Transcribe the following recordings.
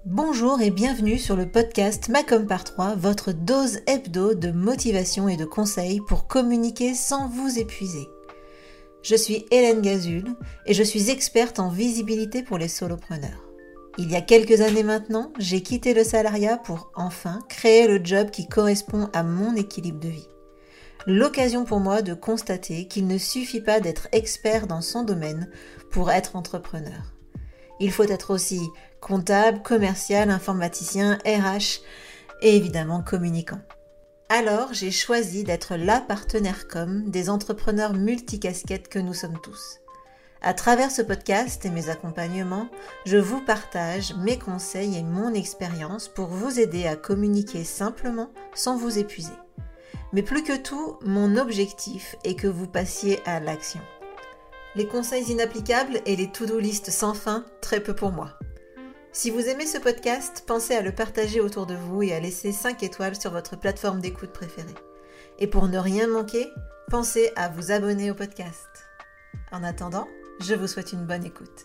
Bonjour et bienvenue sur le podcast Macom par 3, votre dose hebdo de motivation et de conseils pour communiquer sans vous épuiser. Je suis Hélène Gazul et je suis experte en visibilité pour les solopreneurs. Il y a quelques années maintenant, j'ai quitté le salariat pour enfin créer le job qui correspond à mon équilibre de vie. L'occasion pour moi de constater qu'il ne suffit pas d'être expert dans son domaine pour être entrepreneur. Il faut être aussi comptable, commercial, informaticien, RH et évidemment communicant. Alors, j'ai choisi d'être la partenaire com des entrepreneurs multicasquettes que nous sommes tous. À travers ce podcast et mes accompagnements, je vous partage mes conseils et mon expérience pour vous aider à communiquer simplement sans vous épuiser. Mais plus que tout, mon objectif est que vous passiez à l'action. Les conseils inapplicables et les to-do list sans fin, très peu pour moi. Si vous aimez ce podcast, pensez à le partager autour de vous et à laisser 5 étoiles sur votre plateforme d'écoute préférée. Et pour ne rien manquer, pensez à vous abonner au podcast. En attendant, je vous souhaite une bonne écoute.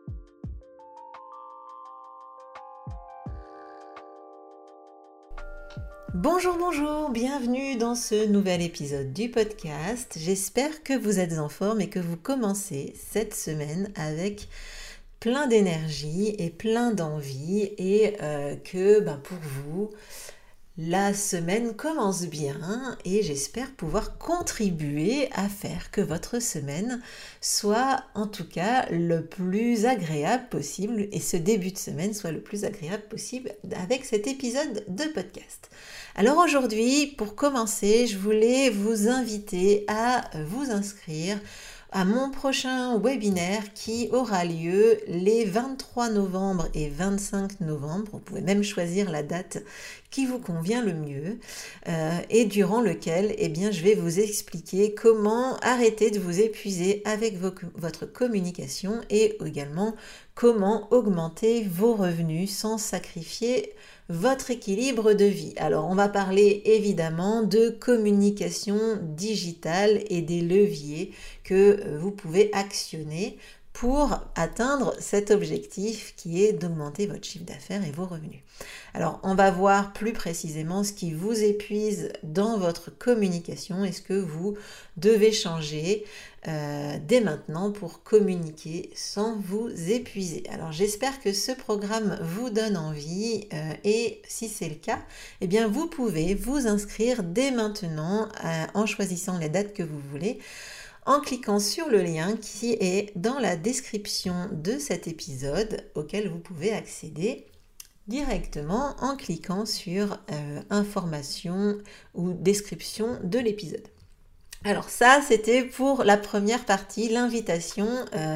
Bonjour, bienvenue dans ce nouvel épisode du podcast. J'espère que vous êtes en forme et que vous commencez cette semaine avec plein d'énergie et plein d'envie et que pour vous, la semaine commence bien et j'espère pouvoir contribuer à faire que votre semaine soit en tout cas le plus agréable possible et ce début de semaine soit le plus agréable possible avec cet épisode de podcast. Alors aujourd'hui, pour commencer, je voulais vous inviter à vous inscrire à mon prochain webinaire qui aura lieu les 23 novembre et 25 novembre. Vous pouvez même choisir la date qui vous convient le mieux et durant lequel je vais vous expliquer comment arrêter de vous épuiser avec votre communication et également comment augmenter vos revenus sans sacrifier votre équilibre de vie. Alors, on va parler évidemment de communication digitale et des leviers que vous pouvez actionner pour atteindre cet objectif qui est d'augmenter votre chiffre d'affaires et vos revenus. Alors, on va voir plus précisément ce qui vous épuise dans votre communication et ce que vous devez changer dès maintenant pour communiquer sans vous épuiser. Alors, j'espère que ce programme vous donne envie et si c'est le cas, vous pouvez vous inscrire dès maintenant en choisissant les dates que vous voulez en cliquant sur le lien qui est dans la description de cet épisode auquel vous pouvez accéder directement en cliquant sur information ou description de l'épisode. Alors ça, c'était pour la première partie, l'invitation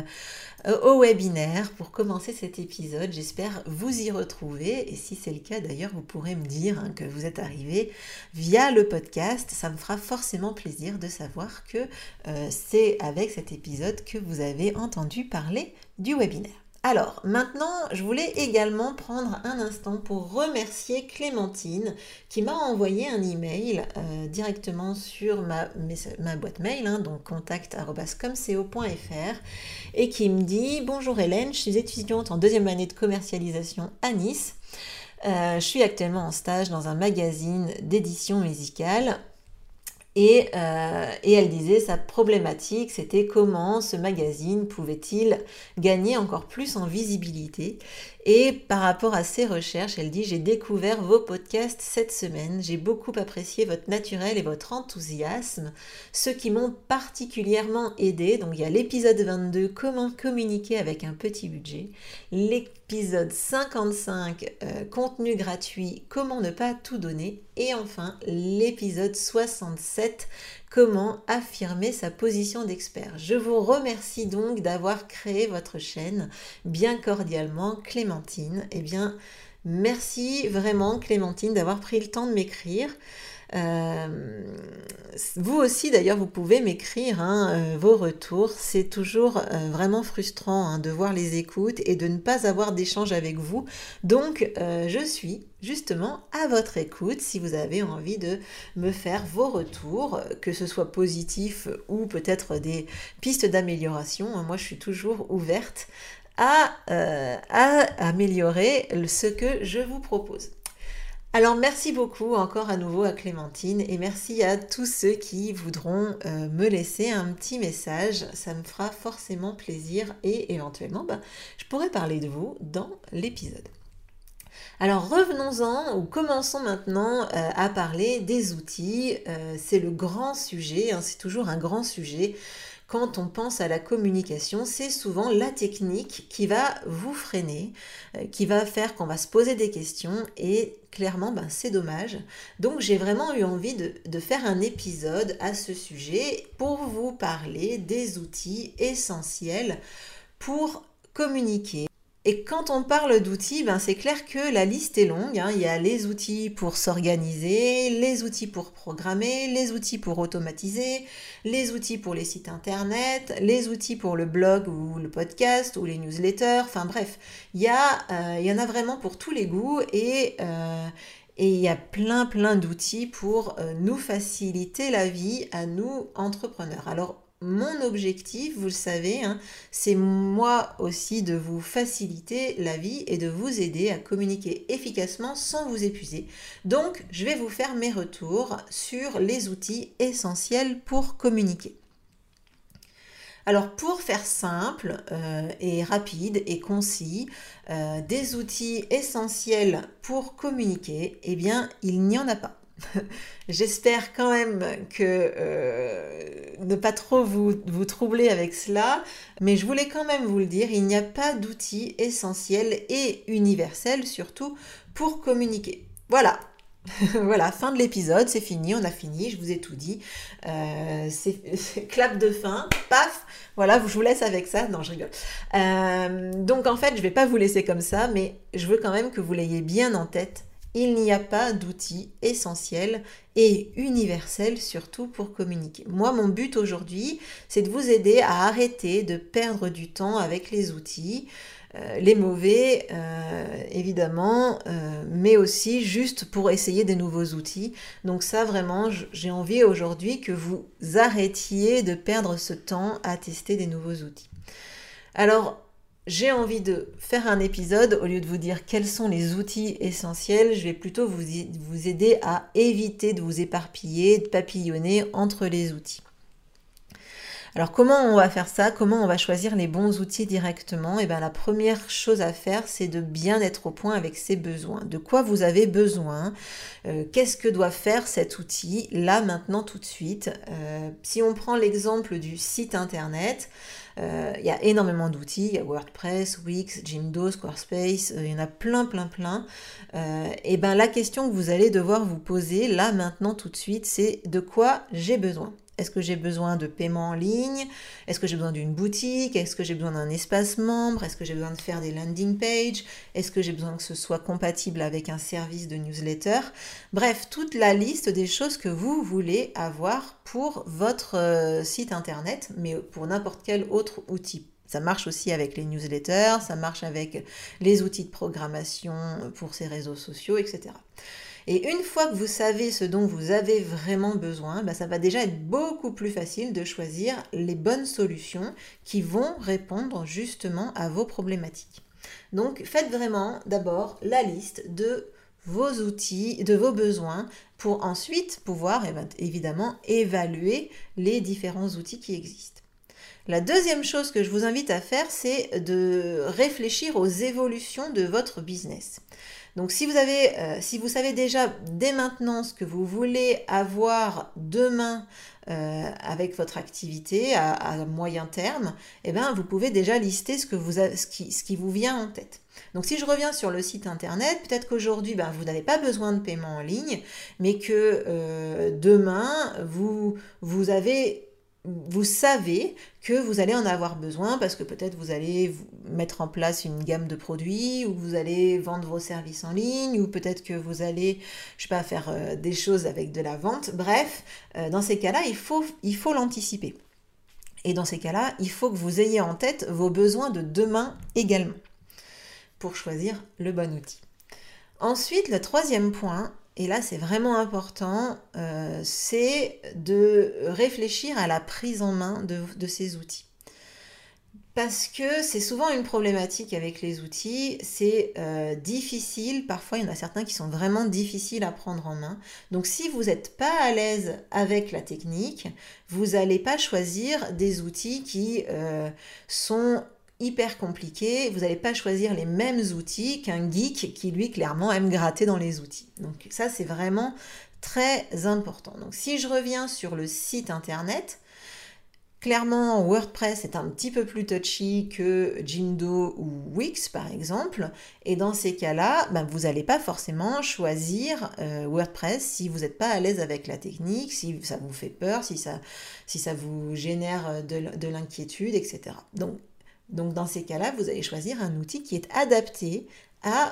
au webinaire pour commencer cet épisode. J'espère vous y retrouver et si c'est le cas d'ailleurs, vous pourrez me dire que vous êtes arrivé via le podcast. Ça me fera forcément plaisir de savoir que c'est avec cet épisode que vous avez entendu parler du webinaire. Alors, maintenant, je voulais également prendre un instant pour remercier Clémentine qui m'a envoyé un email directement sur ma boîte mail, donc contact@comco.fr et qui me dit « Bonjour Hélène, je suis étudiante en 2e année de commercialisation à Nice. Je suis actuellement en stage dans un magazine d'édition musicale. » Et elle disait sa problématique, c'était comment ce magazine pouvait-il gagner encore plus en visibilité. Et par rapport à ses recherches, elle dit « J'ai découvert vos podcasts cette semaine, j'ai beaucoup apprécié votre naturel et votre enthousiasme, ceux qui m'ont particulièrement aidé. » Donc il y a l'épisode 22, comment communiquer avec un petit budget, l'épisode 55, contenu gratuit, comment ne pas tout donner, et enfin l'épisode 67, comment affirmer sa position d'expert. Je vous remercie donc d'avoir créé votre chaîne bien cordialement, Clémentine. Merci vraiment Clémentine d'avoir pris le temps de m'écrire. Vous aussi d'ailleurs vous pouvez m'écrire vos retours, c'est toujours vraiment frustrant de voir les écoutes et de ne pas avoir d'échange avec vous, donc je suis justement à votre écoute si vous avez envie de me faire vos retours, que ce soit positif ou peut-être des pistes d'amélioration. Moi je suis toujours ouverte à améliorer ce que je vous propose. Alors merci beaucoup encore à nouveau à Clémentine et merci à tous ceux qui voudront me laisser un petit message. Ça me fera forcément plaisir et éventuellement je pourrai parler de vous dans l'épisode. Alors revenons-en ou commençons maintenant à parler des outils. C'est le grand sujet, c'est toujours un grand sujet. Quand on pense à la communication, c'est souvent la technique qui va vous freiner, qui va faire qu'on va se poser des questions et clairement, c'est dommage. Donc j'ai vraiment eu envie de faire un épisode à ce sujet pour vous parler des outils essentiels pour communiquer. Et quand on parle d'outils, c'est clair que la liste est longue. Il y a les outils pour s'organiser, les outils pour programmer, les outils pour automatiser, les outils pour les sites internet, les outils pour le blog ou le podcast ou les newsletters. Enfin bref, il y en a vraiment pour tous les goûts et il y a plein d'outils pour nous faciliter la vie à nous entrepreneurs. Alors mon objectif, vous le savez, c'est moi aussi de vous faciliter la vie et de vous aider à communiquer efficacement sans vous épuiser. Donc, je vais vous faire mes retours sur les outils essentiels pour communiquer. Alors, pour faire simple et rapide et concis, des outils essentiels pour communiquer, eh bien, il n'y en a pas. J'espère quand même que ne pas trop vous troubler avec cela, mais je voulais quand même vous le dire, il n'y a pas d'outils essentiels et universels surtout pour communiquer. Voilà. Voilà, fin de l'épisode, c'est fini, on a fini, je vous ai tout dit. C'est clap de fin, paf, voilà, je vous laisse avec ça. Non, je rigole. Donc en fait, je ne vais pas vous laisser comme ça, mais je veux quand même que vous l'ayez bien en tête. Il n'y a pas d'outils essentiels et universels surtout pour communiquer. Moi, mon but aujourd'hui, c'est de vous aider à arrêter de perdre du temps avec les outils, les mauvais évidemment, mais aussi juste pour essayer des nouveaux outils. Donc ça vraiment, j'ai envie aujourd'hui que vous arrêtiez de perdre ce temps à tester des nouveaux outils. Alors, j'ai envie de faire un épisode, au lieu de vous dire quels sont les outils essentiels, je vais plutôt vous aider à éviter de vous éparpiller, de papillonner entre les outils. Alors comment on va faire ça? Comment on va choisir les bons outils directement? Et bien la première chose à faire, c'est de bien être au point avec ses besoins. De quoi vous avez besoin? Qu'est-ce que doit faire cet outil là, maintenant, tout de suite? Si on prend l'exemple du site internet, il y a énormément d'outils, il y a WordPress, Wix, Jimdo, Squarespace, il y en a plein. Et bien la question que vous allez devoir vous poser là, maintenant, tout de suite, c'est de quoi j'ai besoin? Est-ce que j'ai besoin de paiement en ligne? Est-ce que j'ai besoin d'une boutique? Est-ce que j'ai besoin d'un espace membre? Est-ce que j'ai besoin de faire des landing pages? Est-ce que j'ai besoin que ce soit compatible avec un service de newsletter? Bref, toute la liste des choses que vous voulez avoir pour votre site internet, mais pour n'importe quel autre outil. Ça marche aussi avec les newsletters, ça marche avec les outils de programmation pour ces réseaux sociaux, etc. Et une fois que vous savez ce dont vous avez vraiment besoin, ça va déjà être beaucoup plus facile de choisir les bonnes solutions qui vont répondre justement à vos problématiques. Donc faites vraiment d'abord la liste de vos outils, de vos besoins, pour ensuite pouvoir évidemment évaluer les différents outils qui existent. La deuxième chose que je vous invite à faire, c'est de réfléchir aux évolutions de votre business. Donc si vous savez déjà dès maintenant ce que vous voulez avoir demain avec votre activité à moyen terme, vous pouvez déjà lister ce qui vous vient en tête. Donc si je reviens sur le site internet, peut-être qu'aujourd'hui vous n'avez pas besoin de paiement en ligne, mais que demain vous savez que vous allez en avoir besoin parce que peut-être vous allez mettre en place une gamme de produits ou vous allez vendre vos services en ligne ou peut-être que vous allez, faire des choses avec de la vente. Bref, dans ces cas-là, il faut l'anticiper. Et dans ces cas-là, il faut que vous ayez en tête vos besoins de demain également pour choisir le bon outil. Ensuite, le troisième point, et là c'est vraiment important, c'est de réfléchir à la prise en main de ces outils. Parce que c'est souvent une problématique avec les outils, c'est difficile, parfois il y en a certains qui sont vraiment difficiles à prendre en main. Donc si vous n'êtes pas à l'aise avec la technique, vous n'allez pas choisir des outils qui sont hyper compliqués, vous n'allez pas choisir les mêmes outils qu'un geek qui lui clairement aime gratter dans les outils. Donc ça c'est vraiment très important. Donc si je reviens sur le site internet, clairement, WordPress est un petit peu plus touchy que Jimdo ou Wix, par exemple. Et dans ces cas-là, vous n'allez pas forcément choisir WordPress si vous n'êtes pas à l'aise avec la technique, si ça vous fait peur, si ça vous génère de l'inquiétude, etc. Donc, dans ces cas-là, vous allez choisir un outil qui est adapté à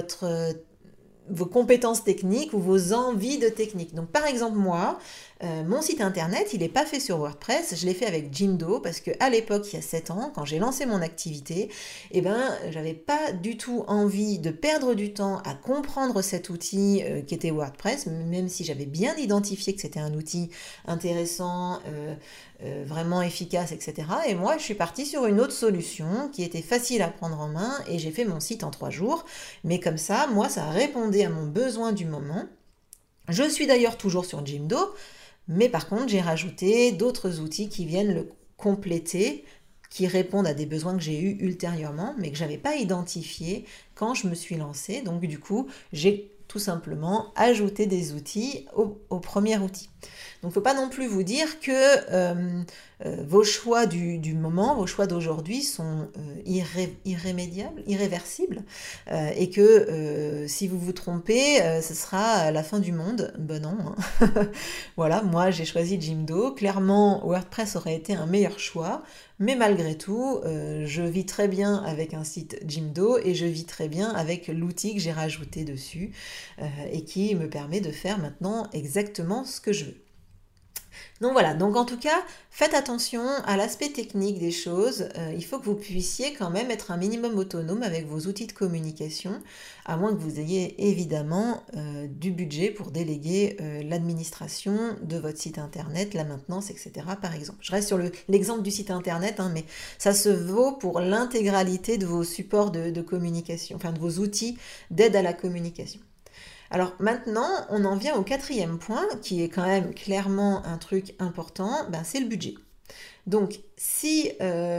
vos compétences techniques ou vos envies de technique. Donc par exemple moi, mon site internet, il n'est pas fait sur WordPress, je l'ai fait avec Jimdo parce qu'à l'époque, il y a 7 ans, quand j'ai lancé mon activité, j'avais pas du tout envie de perdre du temps à comprendre cet outil qui était WordPress, même si j'avais bien identifié que c'était un outil intéressant, vraiment efficace, etc. Et moi, je suis partie sur une autre solution qui était facile à prendre en main et j'ai fait mon site en 3 jours. Mais comme ça, moi, ça répondait à mon besoin du moment. Je suis d'ailleurs toujours sur Jimdo, mais par contre, j'ai rajouté d'autres outils qui viennent le compléter, qui répondent à des besoins que j'ai eus ultérieurement, mais que je n'avais pas identifiés quand je me suis lancée. Donc du coup, j'ai tout simplement ajouté des outils au premier outil. Donc il ne faut pas non plus vous dire que vos choix du moment, vos choix d'aujourd'hui sont irrémédiables, irréversibles, et que si vous vous trompez, ce sera la fin du monde. Ben non. Hein. Voilà, moi j'ai choisi Jimdo. Clairement, WordPress aurait été un meilleur choix, mais malgré tout, je vis très bien avec un site Jimdo et je vis très bien avec l'outil que j'ai rajouté dessus et qui me permet de faire maintenant exactement ce que je veux. Donc voilà, donc en tout cas, faites attention à l'aspect technique des choses. Il faut que vous puissiez quand même être un minimum autonome avec vos outils de communication, à moins que vous ayez évidemment du budget pour déléguer l'administration de votre site internet, la maintenance, etc. par exemple. Je reste sur l'exemple du site internet, hein, mais ça se vaut pour l'intégralité de vos supports de communication, enfin de vos outils d'aide à la communication. Alors maintenant, on en vient au 4e point, qui est quand même clairement un truc important, c'est le budget. Donc si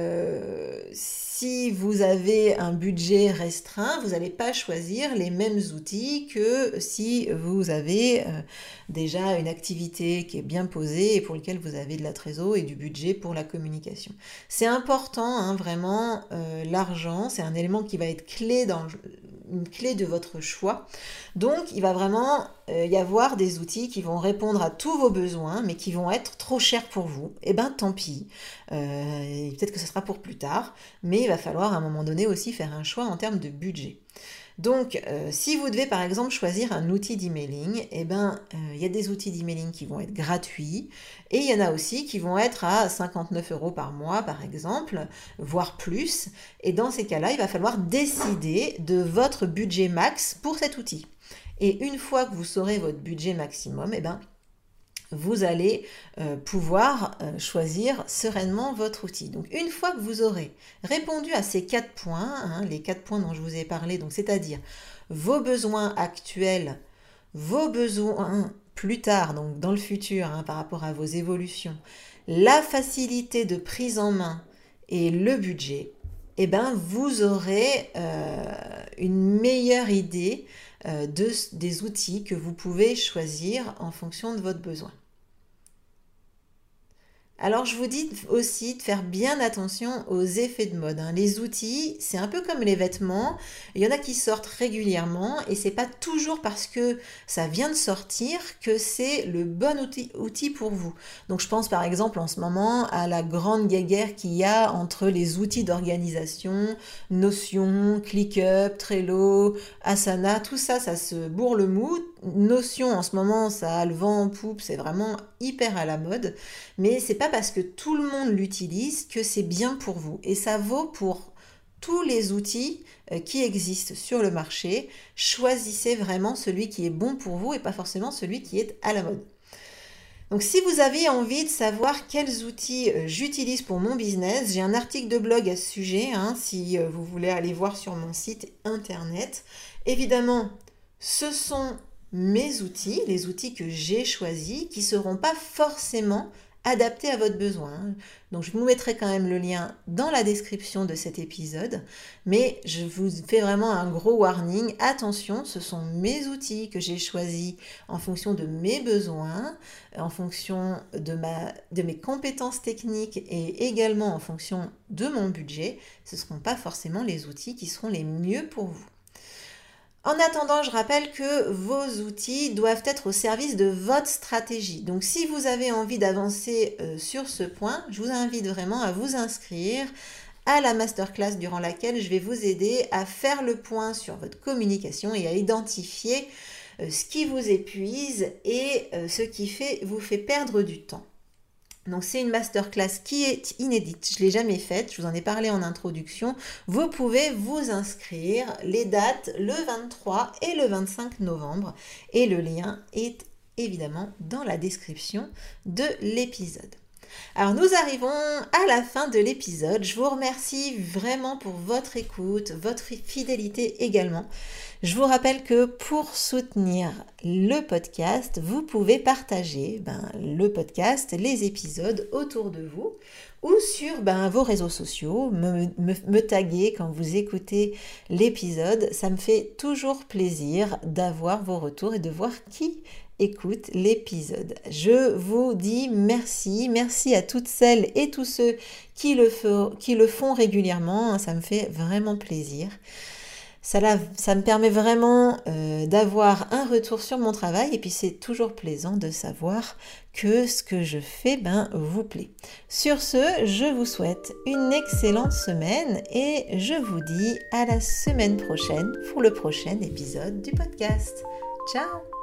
vous avez un budget restreint, vous n'allez pas choisir les mêmes outils que si vous avez déjà une activité qui est bien posée et pour laquelle vous avez de la trésor et du budget pour la communication. C'est important, hein, vraiment, l'argent, c'est un élément qui va être une clé de votre choix. Donc, il va vraiment y avoir des outils qui vont répondre à tous vos besoins, mais qui vont être trop chers pour vous. Eh bien, tant pis. Peut-être que ce sera pour plus tard, mais il va falloir à un moment donné aussi faire un choix en termes de budget. Donc, si vous devez par exemple choisir un outil d'emailing, il y a des outils d'emailing qui vont être gratuits et il y en a aussi qui vont être à 59 € par mois par exemple, voire plus. Et dans ces cas-là, il va falloir décider de votre budget max pour cet outil. Et une fois que vous saurez votre budget maximum, vous allez pouvoir choisir sereinement votre outil. Donc une fois que vous aurez répondu à ces 4 points, hein, les 4 points dont je vous ai parlé, donc c'est-à-dire vos besoins actuels, vos besoins plus tard, donc dans le futur, hein, par rapport à vos évolutions, la facilité de prise en main et le budget, vous aurez une meilleure idée des outils que vous pouvez choisir en fonction de votre besoin. Alors je vous dis aussi de faire bien attention aux effets de mode. Hein. Les outils, c'est un peu comme les vêtements. Il y en a qui sortent régulièrement et c'est pas toujours parce que ça vient de sortir que c'est le bon outil pour vous. Donc je pense par exemple en ce moment à la grande guerre qu'il y a entre les outils d'organisation, Notion, ClickUp, Trello, Asana, tout ça, ça se bourre le mou. Notion en ce moment, ça a le vent en poupe, c'est vraiment hyper à la mode, mais c'est pas parce que tout le monde l'utilise que c'est bien pour vous. Et ça vaut pour tous les outils qui existent sur le marché. Choisissez vraiment celui qui est bon pour vous et pas forcément celui qui est à la mode. Donc si vous avez envie de savoir quels outils j'utilise pour mon business, j'ai un article de blog à ce sujet, si vous voulez aller voir sur mon site internet. Évidemment, ce sont mes outils, les outils que j'ai choisis, qui ne seront pas forcément adaptés à votre besoin. Donc je vous mettrai quand même le lien dans la description de cet épisode, mais je vous fais vraiment un gros warning. Attention, ce sont mes outils que j'ai choisis en fonction de mes besoins, en fonction de mes compétences techniques et également en fonction de mon budget. Ce ne seront pas forcément les outils qui seront les mieux pour vous. En attendant, je rappelle que vos outils doivent être au service de votre stratégie. Donc si vous avez envie d'avancer sur ce point, je vous invite vraiment à vous inscrire à la masterclass durant laquelle je vais vous aider à faire le point sur votre communication et à identifier ce qui vous épuise et ce qui vous fait perdre du temps. Donc c'est une masterclass qui est inédite, je ne l'ai jamais faite, je vous en ai parlé en introduction. Vous pouvez vous inscrire, les dates le 23 et le 25 novembre et le lien est évidemment dans la description de l'épisode. Alors nous arrivons à la fin de l'épisode, je vous remercie vraiment pour votre écoute, votre fidélité également. Je vous rappelle que pour soutenir le podcast, vous pouvez partager le podcast, les épisodes autour de vous ou sur vos réseaux sociaux, me taguer quand vous écoutez l'épisode. Ça me fait toujours plaisir d'avoir vos retours et de voir qui écoute l'épisode. Je vous dis merci à toutes celles et tous ceux qui le font régulièrement, ça me fait vraiment plaisir. Ça me permet vraiment d'avoir un retour sur mon travail et puis c'est toujours plaisant de savoir que ce que je fais vous plaît. Sur ce, je vous souhaite une excellente semaine et je vous dis à la semaine prochaine pour le prochain épisode du podcast. Ciao!